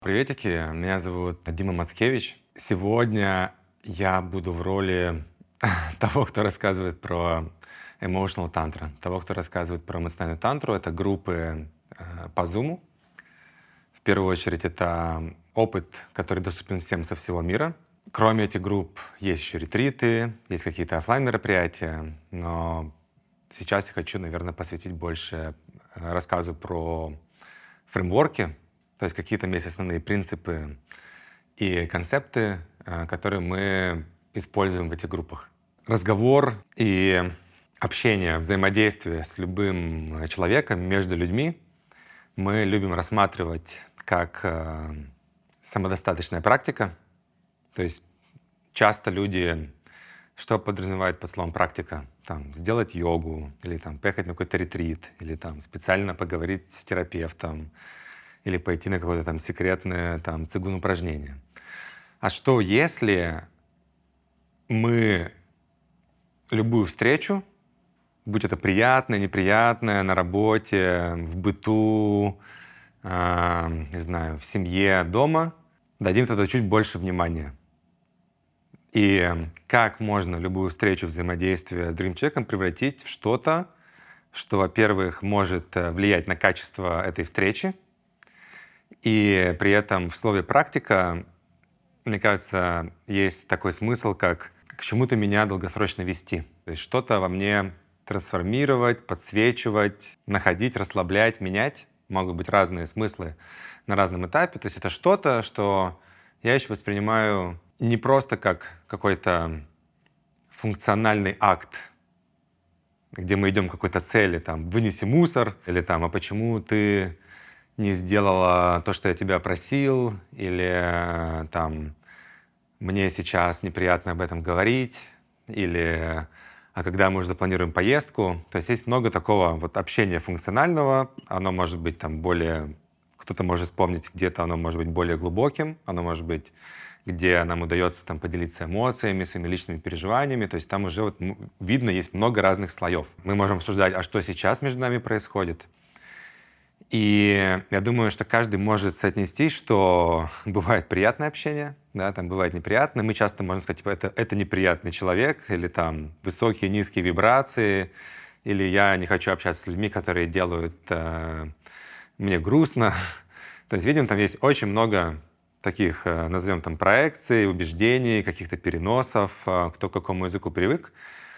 Приветики, меня зовут Дима Мацкевич. Сегодня я буду в роли того, кто рассказывает про emotional tantra, того, кто рассказывает про эмоциональную тантру. Это группы по Zoom. В первую очередь это опыт, который доступен всем со всего мира. Кроме этих групп есть еще ретриты, есть какие-то оффлайн мероприятия, но сейчас я хочу, наверное, посвятить больше рассказу про фреймворки, то есть какие там есть основные принципы и концепты, которые мы используем в этих группах. Разговор и общение, взаимодействие с любым человеком, между людьми мы любим рассматривать как самодостаточная практика. То есть часто люди, что подразумевают под словом практика? Там, сделать йогу, или там, поехать на какой-то ретрит, или там, специально поговорить с терапевтом, или пойти на какое-то там секретное там, цигун упражнение. А что если мы любую встречу, будь это приятное, неприятное, на работе, в быту, не знаю, в семье, дома, дадим туда чуть больше внимания. И как можно любую встречу, взаимодействие с другим человеком превратить в что-то, что, во-первых, может влиять на качество этой встречи, и при этом в слове «практика», мне кажется, есть такой смысл, как к чему-то меня долгосрочно вести. То есть что-то во мне трансформировать, подсвечивать, находить, расслаблять, менять. Могут быть разные смыслы на разном этапе. То есть это что-то, что я еще воспринимаю не просто как какой-то функциональный акт, где мы идем к какой-то цели, там, вынеси мусор, или там, а почему ты не сделала то, что я тебя просил, или там мне сейчас неприятно об этом говорить, или а когда мы уже запланируем поездку. То есть есть много такого вот общения функционального, оно может быть там более, кто-то может вспомнить, где-то оно может быть более глубоким, оно может быть, где нам удается там поделиться эмоциями, своими личными переживаниями. То есть там уже вот видно, есть много разных слоев. Мы можем обсуждать, а что сейчас между нами происходит. И я думаю, что каждый может соотнести, что бывает приятное общение, да, там бывает неприятное. Мы часто можем сказать, типа, это неприятный человек, или там высокие, низкие вибрации, или я не хочу общаться с людьми, которые делают мне грустно. То есть, видим, там есть очень много таких, назовем там, проекций, убеждений, каких-то переносов, кто к какому языку привык.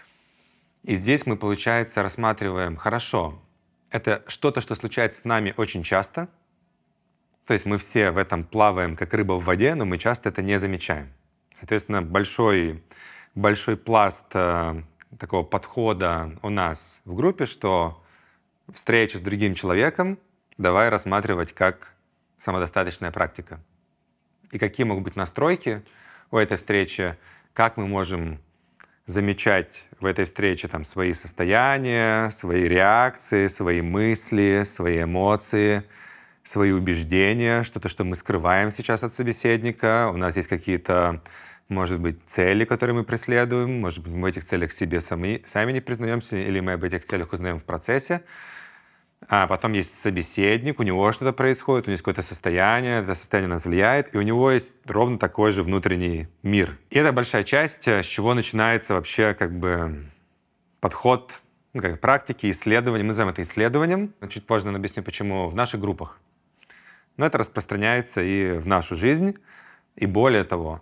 И здесь мы, получается, рассматриваем, хорошо, это что-то, что случается с нами очень часто. То есть мы все в этом плаваем, как рыба в воде, но мы часто это не замечаем. Соответственно, большой пласт такого подхода у нас в группе, что встреча с другим человеком давай рассматривать как самодостаточная практика. И какие могут быть настройки у этой встречи, как мы можем замечать в этой встрече там, свои состояния, свои реакции, свои мысли, свои эмоции, свои убеждения, что-то, что мы скрываем сейчас от собеседника. У нас есть какие-то, может быть, цели, которые мы преследуем. Может быть, мы в этих целях себе сами не признаемся, или мы об этих целях узнаем в процессе. А потом есть собеседник, у него что-то происходит, у него есть какое-то состояние, это состояние нас влияет, и у него есть ровно такой же внутренний мир. И это большая часть, с чего начинается вообще как бы подход как практики, исследования. Мы называем это исследованием. Чуть позже я объясню, почему в наших группах. Но это распространяется и в нашу жизнь. И более того,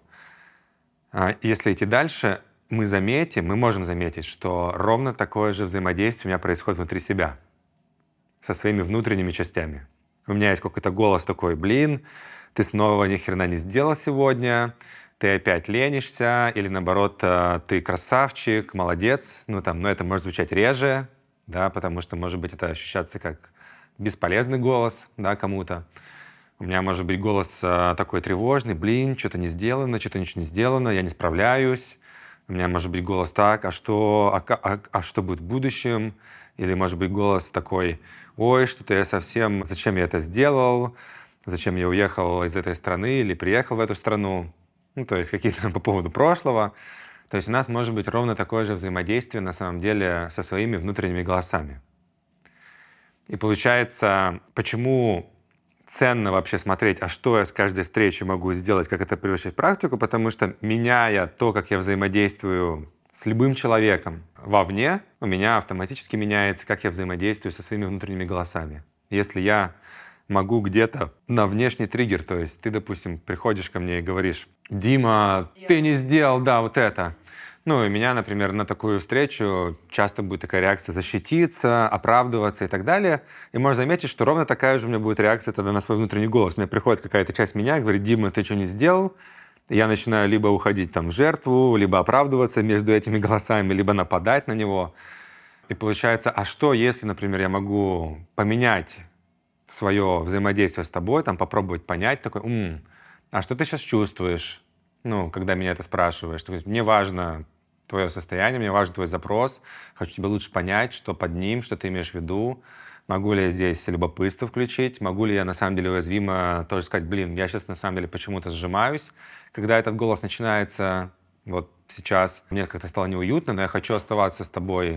если идти дальше, мы можем заметить, что ровно такое же взаимодействие у меня происходит внутри себя, со своими внутренними частями. У меня есть какой-то голос такой, блин, ты снова ни хрена не сделал сегодня, ты опять ленишься, или наоборот, ты красавчик, молодец. Но это может звучать реже, да, потому что, может быть, это ощущаться как бесполезный голос, да, кому-то. У меня может быть голос такой тревожный, блин, что-то не сделано, что-то ничего не сделано, я не справляюсь. У меня может быть голос так, а что будет в будущем? Или может быть голос такой, ой, что-то я совсем, зачем я это сделал, зачем я уехал из этой страны или приехал в эту страну, то есть какие-то по поводу прошлого. То есть у нас может быть ровно такое же взаимодействие на самом деле со своими внутренними голосами. И получается, почему ценно вообще смотреть, а что я с каждой встречи могу сделать, как это превращать в практику, потому что, меняя то, как я взаимодействую с любым человеком вовне, у меня автоматически меняется, как я взаимодействую со своими внутренними голосами. Если я могу где-то на внешний триггер, то есть ты, допустим, приходишь ко мне и говоришь: «Дима, ты не сделал, да, вот это». Ну, и меня, например, на такую встречу часто будет такая реакция защититься, оправдываться и так далее. И можно заметить, что ровно такая же у меня будет реакция тогда на свой внутренний голос. Мне приходит какая-то часть меня и говорит: «Дима, ты что не сделал?» И я начинаю либо уходить там в жертву, либо оправдываться между этими голосами, либо нападать на него. И получается, а что, если, например, я могу поменять свое взаимодействие с тобой, там, попробовать понять, такой: а что ты сейчас чувствуешь? Ну, когда меня это спрашиваешь. То есть мне важно твое состояние, мне важен твой запрос, хочу тебя лучше понять, что под ним, что ты имеешь в виду. Могу ли я здесь любопытство включить? Могу ли я на самом деле уязвимо тоже сказать: блин, я сейчас на самом деле почему-то сжимаюсь. Когда этот голос начинается, вот сейчас мне как-то стало неуютно, но я хочу оставаться с тобой,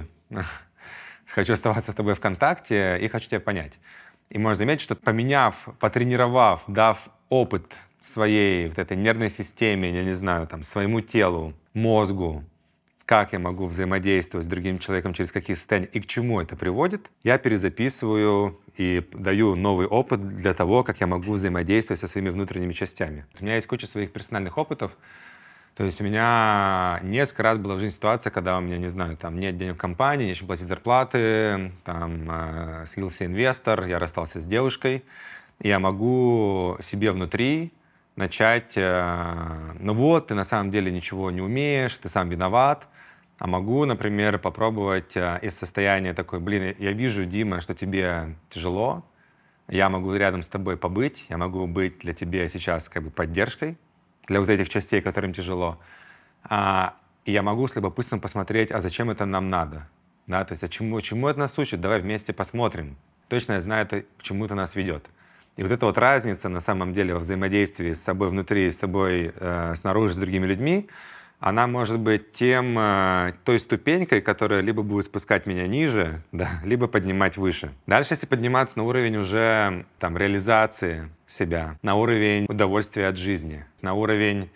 хочу оставаться с тобой в контакте и хочу тебя понять. И можно заметить, что поменяв, потренировав, дав опыт своей вот этой нервной системе, я не знаю, там, своему телу, мозгу, как я могу взаимодействовать с другим человеком, через какие состояния и к чему это приводит, я перезаписываю и даю новый опыт для того, как я могу взаимодействовать со своими внутренними частями. У меня есть куча своих персональных опытов. То есть у меня несколько раз была в жизни ситуация, когда у меня, не знаю, там нет денег в компании, нечем платить зарплаты, там слился инвестор, я расстался с девушкой, и я могу себе внутри начать: ну вот, ты на самом деле ничего не умеешь, ты сам виноват. А могу, например, попробовать из состояния такой: блин, я вижу, Дима, что тебе тяжело, я могу рядом с тобой побыть, я могу быть для тебя сейчас как бы поддержкой для вот этих частей, которым тяжело. И я могу с любопытством посмотреть, а зачем это нам надо? Да, то есть, а чему это нас учит? Давай вместе посмотрим. Точно я знаю, это к чему это нас ведет. И вот эта вот разница на самом деле во взаимодействии с собой внутри, с собой снаружи, с другими людьми, она может быть той ступенькой, которая либо будет спускать меня ниже, да, либо поднимать выше. Дальше, если подниматься на уровень уже там, реализации себя, на уровень удовольствия от жизни, на уровень,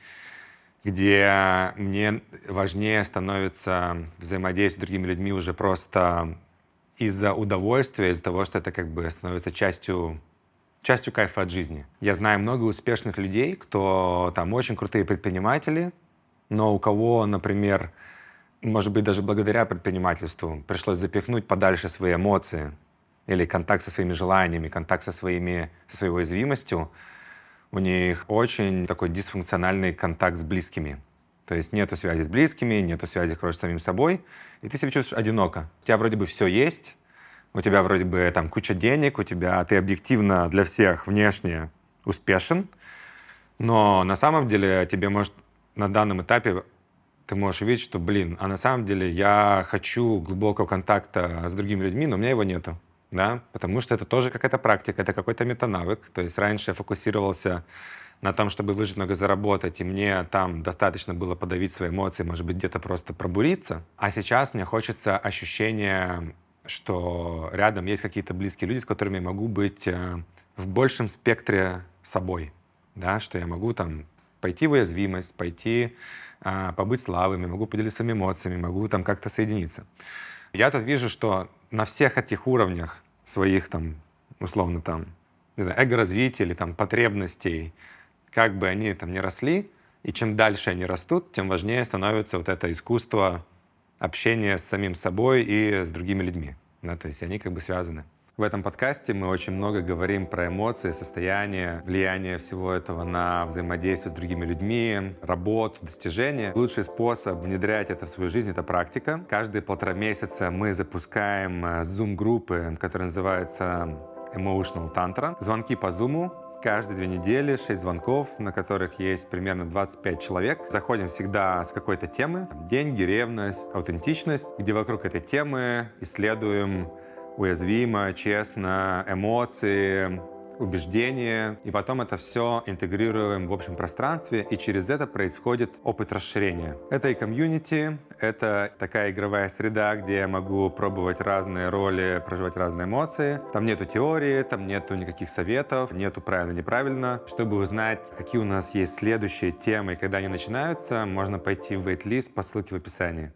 где мне важнее становится взаимодействие с другими людьми уже просто из-за удовольствия, из-за того, что это как бы становится частью кайфа от жизни. Я знаю много успешных людей, кто там очень крутые предприниматели, но у кого, например, может быть, даже благодаря предпринимательству пришлось запихнуть подальше свои эмоции или контакт со своими желаниями, контакт со своей уязвимостью, у них очень такой дисфункциональный контакт с близкими. То есть нету связи с близкими, нету связи, короче, с самим собой, и ты себя чувствуешь одиноко. У тебя вроде бы все есть, у тебя вроде бы там куча денег, ты объективно для всех внешне успешен, но на самом деле тебе может на данном этапе ты можешь увидеть, что, блин, а на самом деле я хочу глубокого контакта с другими людьми, но у меня его нету, да, потому что это тоже какая-то практика, это какой-то метанавык. То есть раньше я фокусировался на том, чтобы выжить, много заработать, и мне там достаточно было подавить свои эмоции, может быть, где-то просто пробуриться. А сейчас мне хочется ощущения, что рядом есть какие-то близкие люди, с которыми я могу быть в большем спектре собой, да, что я могу там пойти в уязвимость, пойти побыть слабыми, могу поделиться своими эмоциями, могу там как-то соединиться. Я тут вижу, что на всех этих уровнях своих там, условно там, не знаю, эго-развития или там потребностей, как бы они там ни росли, и чем дальше они растут, тем важнее становится вот это искусство общения с самим собой и с другими людьми. Да, то есть они как бы связаны. В этом подкасте мы очень много говорим про эмоции, состояние, влияние всего этого на взаимодействие с другими людьми, работу, достижения. Лучший способ внедрять это в свою жизнь — это практика. Каждые 1,5 месяца мы запускаем Zoom-группы, которые называются Emotional Tantra. Звонки по Zoom. Каждые 2 недели 6 звонков, на которых есть примерно 25 человек. Заходим всегда с какой-то темы. Деньги, ревность, аутентичность, где вокруг этой темы исследуем уязвимо, честно, эмоции, убеждения, и потом это все интегрируем в общем пространстве, и через это происходит опыт расширения. Это и комьюнити, это такая игровая среда, где я могу пробовать разные роли, проживать разные эмоции. Там нету теории, там нету никаких советов, нету правильно-неправильно. Чтобы узнать, какие у нас есть следующие темы и когда они начинаются, можно пойти в wait-list по ссылке в описании.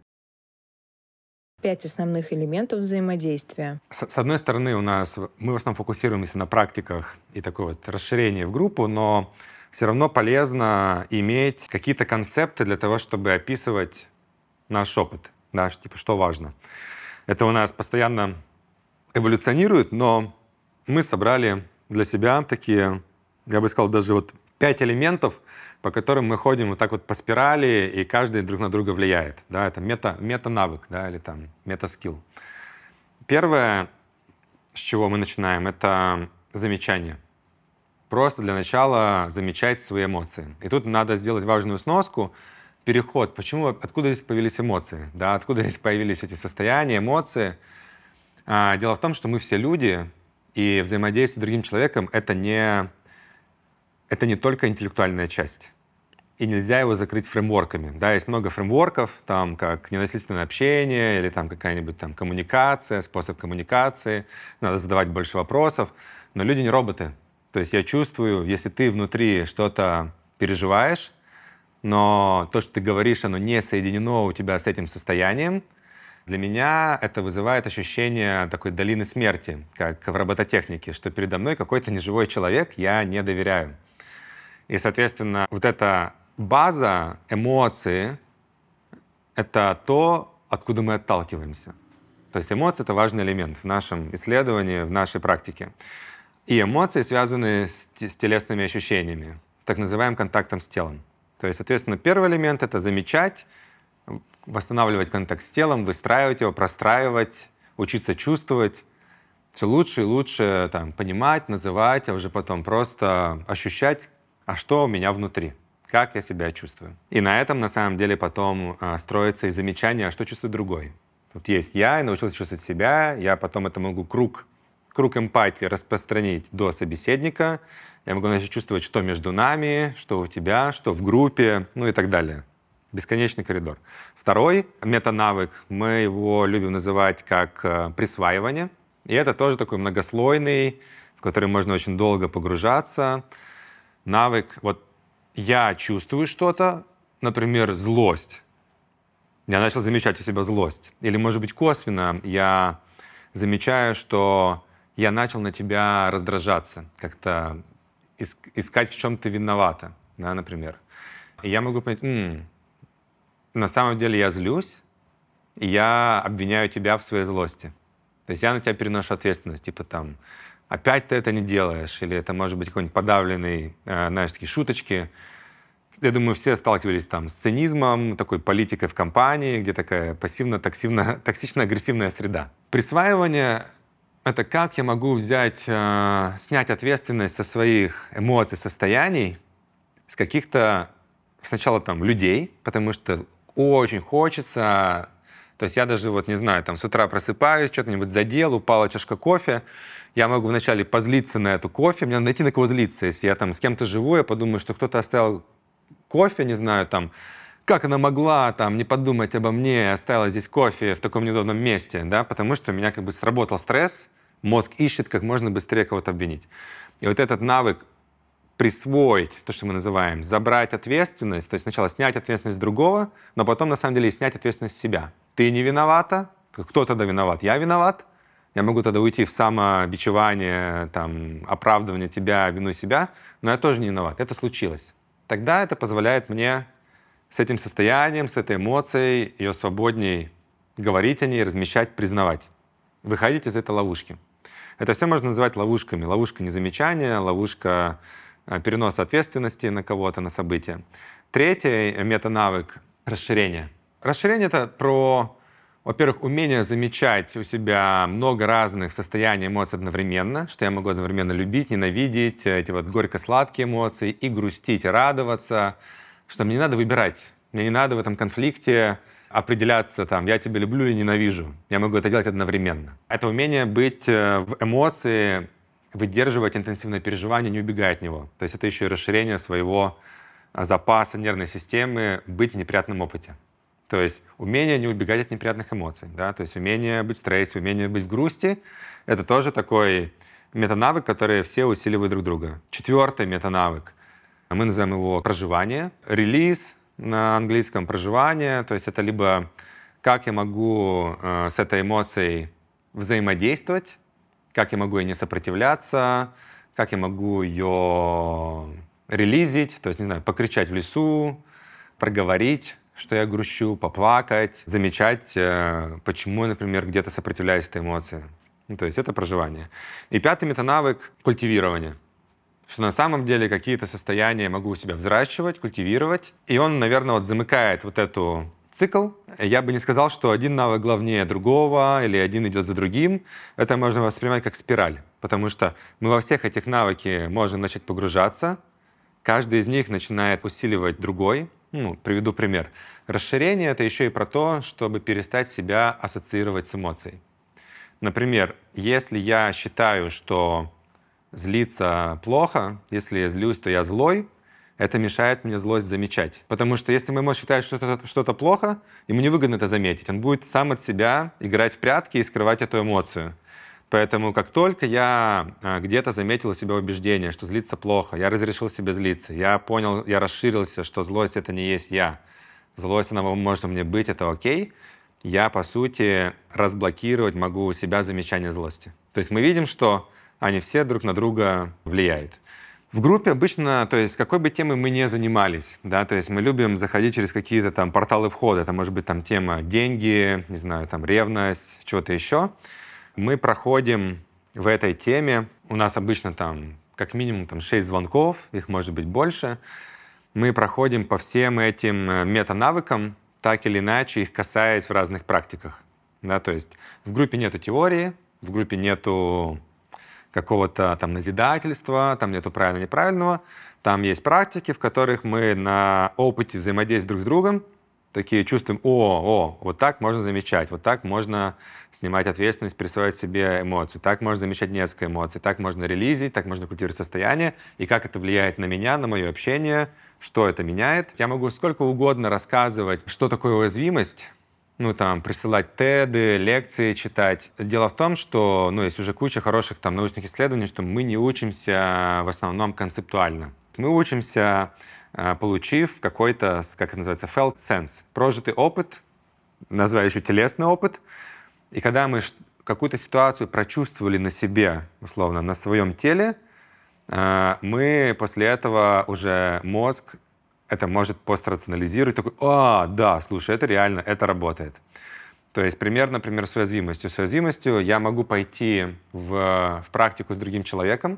5 основных элементов взаимодействия. С одной стороны, мы в основном фокусируемся на практиках и такое вот расширение в группу, но все равно полезно иметь какие-то концепты для того, чтобы описывать наш опыт, да, типа, что важно. Это у нас постоянно эволюционирует, но мы собрали для себя такие, я бы сказал, даже вот 5 элементов, по которым мы ходим вот так вот по спирали, и каждый друг на друга влияет. Да, это мета-навык, да, или там мета-скилл. Первое, с чего мы начинаем, это замечание. Просто для начала замечать свои эмоции. И тут надо сделать важную сноску, переход. Откуда здесь появились эмоции? Да, откуда здесь появились эти состояния, эмоции? Дело в том, что мы все люди, и взаимодействие с другим человеком — это не только интеллектуальная часть. И нельзя его закрыть фреймворками. Да, есть много фреймворков, там, как ненасильственное общение или там какая-нибудь там коммуникация, способ коммуникации. Надо задавать больше вопросов. Но люди не роботы. То есть я чувствую, если ты внутри что-то переживаешь, но то, что ты говоришь, оно не соединено у тебя с этим состоянием, для меня это вызывает ощущение такой долины смерти, как в робототехнике, что передо мной какой-то неживой человек, я не доверяю. И, соответственно, вот эта база, эмоции — это то, откуда мы отталкиваемся. То есть эмоции — это важный элемент в нашем исследовании, в нашей практике. И эмоции связаны с телесными ощущениями, так называемым контактом с телом. То есть, соответственно, первый элемент — это замечать, восстанавливать контакт с телом, выстраивать его, простраивать, учиться чувствовать. Все лучше и лучше там, понимать, называть, а уже потом просто ощущать, а что у меня внутри, как я себя чувствую. И на этом, на самом деле, потом строится и замечание, а что чувствует другой. Вот есть я научился чувствовать себя, я потом это могу круг эмпатии распространить до собеседника, я могу начать чувствовать, что между нами, что у тебя, что в группе, ну и так далее. Бесконечный коридор. Второй метанавык, мы его любим называть как присваивание. И это тоже такой многослойный, в который можно очень долго погружаться. Навык, вот я чувствую что-то, например, злость. Я начал замечать у себя злость. Или, может быть, косвенно я замечаю, что я начал на тебя раздражаться, как-то искать, в чем ты виновата, да, например. И я могу понять, на самом деле я злюсь, и я обвиняю тебя в своей злости. То есть я на тебя переношу ответственность, типа там, опять ты это не делаешь, или это может быть какой-нибудь подавленный, знаешь, такие шуточки. Я думаю, все сталкивались там с цинизмом, такой политикой в компании, где такая токсично-агрессивная среда. Присваивание — это как я могу снять ответственность со своих эмоций, состояний, с каких-то сначала там людей, потому что очень хочется. То есть я даже, вот не знаю, там с утра просыпаюсь, что-то-нибудь задел, упала чашка кофе. Я могу вначале позлиться на эту кофе, мне надо найти на кого злиться. Если я там с кем-то живу, я подумаю, что кто-то оставил кофе, не знаю, там, как она могла там не подумать обо мне, оставила здесь кофе в таком неудобном месте, да, потому что у меня как бы сработал стресс, мозг ищет, как можно быстрее кого-то обвинить. И вот этот навык присвоить, то, что мы называем, забрать ответственность, то есть сначала снять ответственность другого, но потом, на самом деле, и снять ответственность себя. Ты не виновата, кто тогда виноват? Я виноват. Я могу тогда уйти в самобичевание, там, оправдывание тебя, вину себя, но я тоже не виноват. Это случилось. Тогда это позволяет мне с этим состоянием, с этой эмоцией, ее свободней говорить о ней, размещать, признавать. Выходить из этой ловушки. Это все можно называть ловушками. Ловушка незамечания, ловушка переноса ответственности на кого-то, на события. Третий метанавык — расширение. Расширение — это про, во-первых, умение замечать у себя много разных состояний, эмоций одновременно, что я могу одновременно любить, ненавидеть, эти вот горько-сладкие эмоции, и грустить, и радоваться, что мне не надо выбирать. Мне не надо в этом конфликте определяться, там, я тебя люблю или ненавижу. Я могу это делать одновременно. Это умение быть в эмоции выдерживать интенсивное переживание, не убегая от него. То есть это еще и расширение своего запаса нервной системы быть в неприятном опыте. То есть умение не убегать от неприятных эмоций, да? То есть умение быть в стрессе, умение быть в грусти — это тоже такой метанавык, который все усиливают друг друга. Четвертый метанавык, мы называем его проживание. Релиз на английском — проживание, то есть это либо как я могу с этой эмоцией взаимодействовать, как я могу ей не сопротивляться, как я могу ее релизить, то есть, не знаю, покричать в лесу, проговорить, что я грущу, поплакать, замечать, почему, например, где-то сопротивляюсь этой эмоции. Ну, то есть это проживание. И пятый метанавык — культивирование. Что на самом деле какие-то состояния я могу у себя взращивать, культивировать. И он, наверное, вот замыкает вот эту цикл. Я бы не сказал, что один навык главнее другого или один идет за другим. Это можно воспринимать как спираль. Потому что мы во всех этих навыках можем начать погружаться. Каждый из них начинает усиливать другой. Ну, приведу пример. Расширение — это еще и про то, чтобы перестать себя ассоциировать с эмоцией. Например, если я считаю, что злиться плохо, если я злюсь, то я злой, это мешает мне злость замечать. Потому что если мой мозг считает, что что-то плохо, ему невыгодно это заметить. Он будет сам от себя играть в прятки и скрывать эту эмоцию. Поэтому как только я где-то заметил у себя убеждение, что злиться плохо, я разрешил себе злиться, я понял, я расширился, что злость — это не есть я, злость, она может у меня быть, это окей, я, по сути, разблокировать могу у себя замечание злости. То есть мы видим, что они все друг на друга влияют. В группе обычно, то есть какой бы темой мы ни занимались, да, то есть мы любим заходить через какие-то там порталы входа, это может быть там тема деньги, не знаю, там ревность, что-то еще. Мы проходим в этой теме, у нас обычно там как минимум там 6 звонков, их может быть больше. Мы проходим по всем этим метанавыкам, так или иначе их касаясь в разных практиках. Да, то есть в группе нету теории, в группе нету какого-то там назидательства, там нету правильно-неправильного. Там есть практики, в которых мы на опыте взаимодействия друг с другом такие чувствуем: вот так можно замечать, вот так можно снимать ответственность, присваивать себе эмоцию, так можно замечать несколько эмоций, так можно релизить, так можно культивировать состояние, и как это влияет на меня, на мое общение, что это меняет. Я могу сколько угодно рассказывать, что такое уязвимость, ну, там, присылать теды, лекции читать. Дело в том, что, ну, есть уже куча хороших там научных исследований, что мы не учимся в основном концептуально. Мы учимся, получив какой-то, как это называется, felt sense, прожитый опыт, назвали еще телесный опыт. И когда мы какую-то ситуацию прочувствовали на себе, условно, на своем теле, мы после этого уже мозг это может пострационализировать, такой: да, слушай, это реально, это работает. То есть пример, например, с уязвимостью. С уязвимостью я могу пойти в практику с другим человеком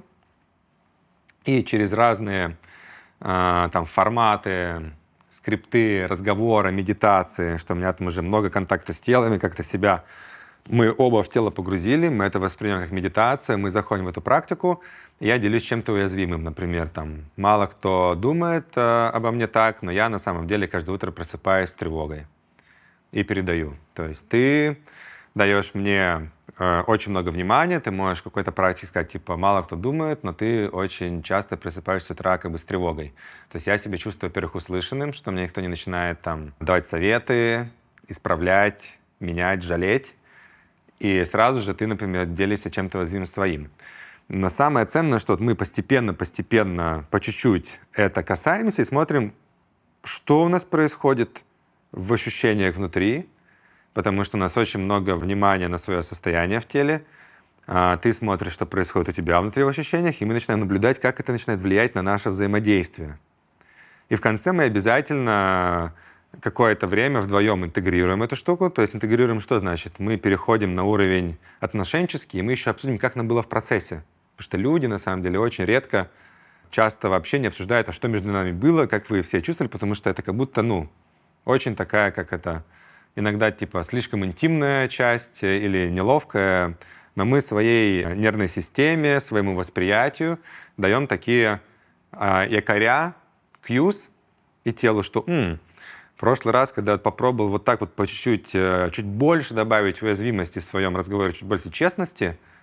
и через разные там форматы, скрипты, разговоры, медитации, что у меня там уже много контакта с телом, и как-то себя мы оба в тело погрузили, мы это воспринимаем как медитация, мы заходим в эту практику, и я делюсь чем-то уязвимым, например, там, мало кто думает обо мне так, но я на самом деле каждое утро просыпаюсь с тревогой и передаю. То есть ты даешь мне очень много внимания, ты можешь какой-то практике сказать, типа, мало кто думает, но ты очень часто просыпаешься с утра как бы с тревогой. То есть я себя чувствую, во-первых, услышанным, что мне никто не начинает там давать советы, исправлять, менять, жалеть. И сразу же ты, например, делишься чем-то уязвимым своим. Но самое ценное, что мы постепенно, по чуть-чуть это касаемся и смотрим, что у нас происходит в ощущениях внутри, потому что у нас очень много внимания на свое состояние в теле. Ты смотришь, что происходит у тебя внутри в ощущениях, и мы начинаем наблюдать, как это начинает влиять на наше взаимодействие. И в конце мы обязательно какое-то время вдвоем интегрируем эту штуку. То есть интегрируем что значит? Мы переходим на уровень отношенческий, и мы еще обсудим, как нам было в процессе. Потому что люди, на самом деле, очень редко, часто вообще не обсуждают, а что между нами было, как вы все чувствовали, потому что это как будто, очень такая, как это, иногда типа слишком интимная часть или неловкая. Но мы своей нервной системе, своему восприятию даем такие якоря, cues и телу, что в прошлый раз, когда я попробовал вот так вот по чуть-чуть, чуть больше добавить уязвимости в своем разговоре, чуть больше честности,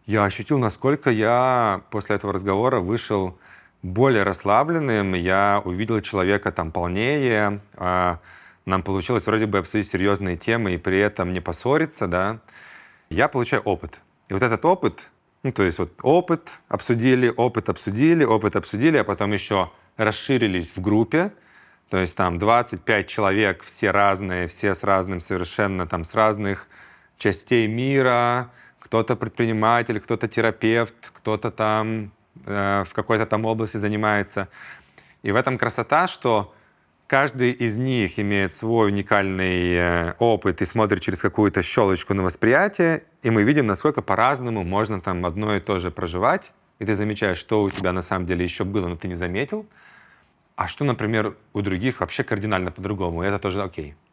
Я ощутил, насколько я после этого разговора вышел более расслабленным. Я увидел человека там полнее. Нам получилось вроде бы обсудить серьезные темы и при этом не поссориться, да. Я получаю опыт. И вот этот опыт, ну, то есть вот опыт обсудили, а потом еще расширились в группе. То есть там 25 человек, все разные, все с разным совершенно, там с разных частей мира. Кто-то предприниматель, кто-то терапевт, кто-то там в какой-то там области занимается. И в этом красота, что каждый из них имеет свой уникальный опыт и смотрит через какую-то щелочку на восприятие, и мы видим, насколько по-разному можно там одно и то же проживать, и ты замечаешь, что у тебя на самом деле еще было, но ты не заметил, а что, например, у других вообще кардинально по-другому, и это тоже окей.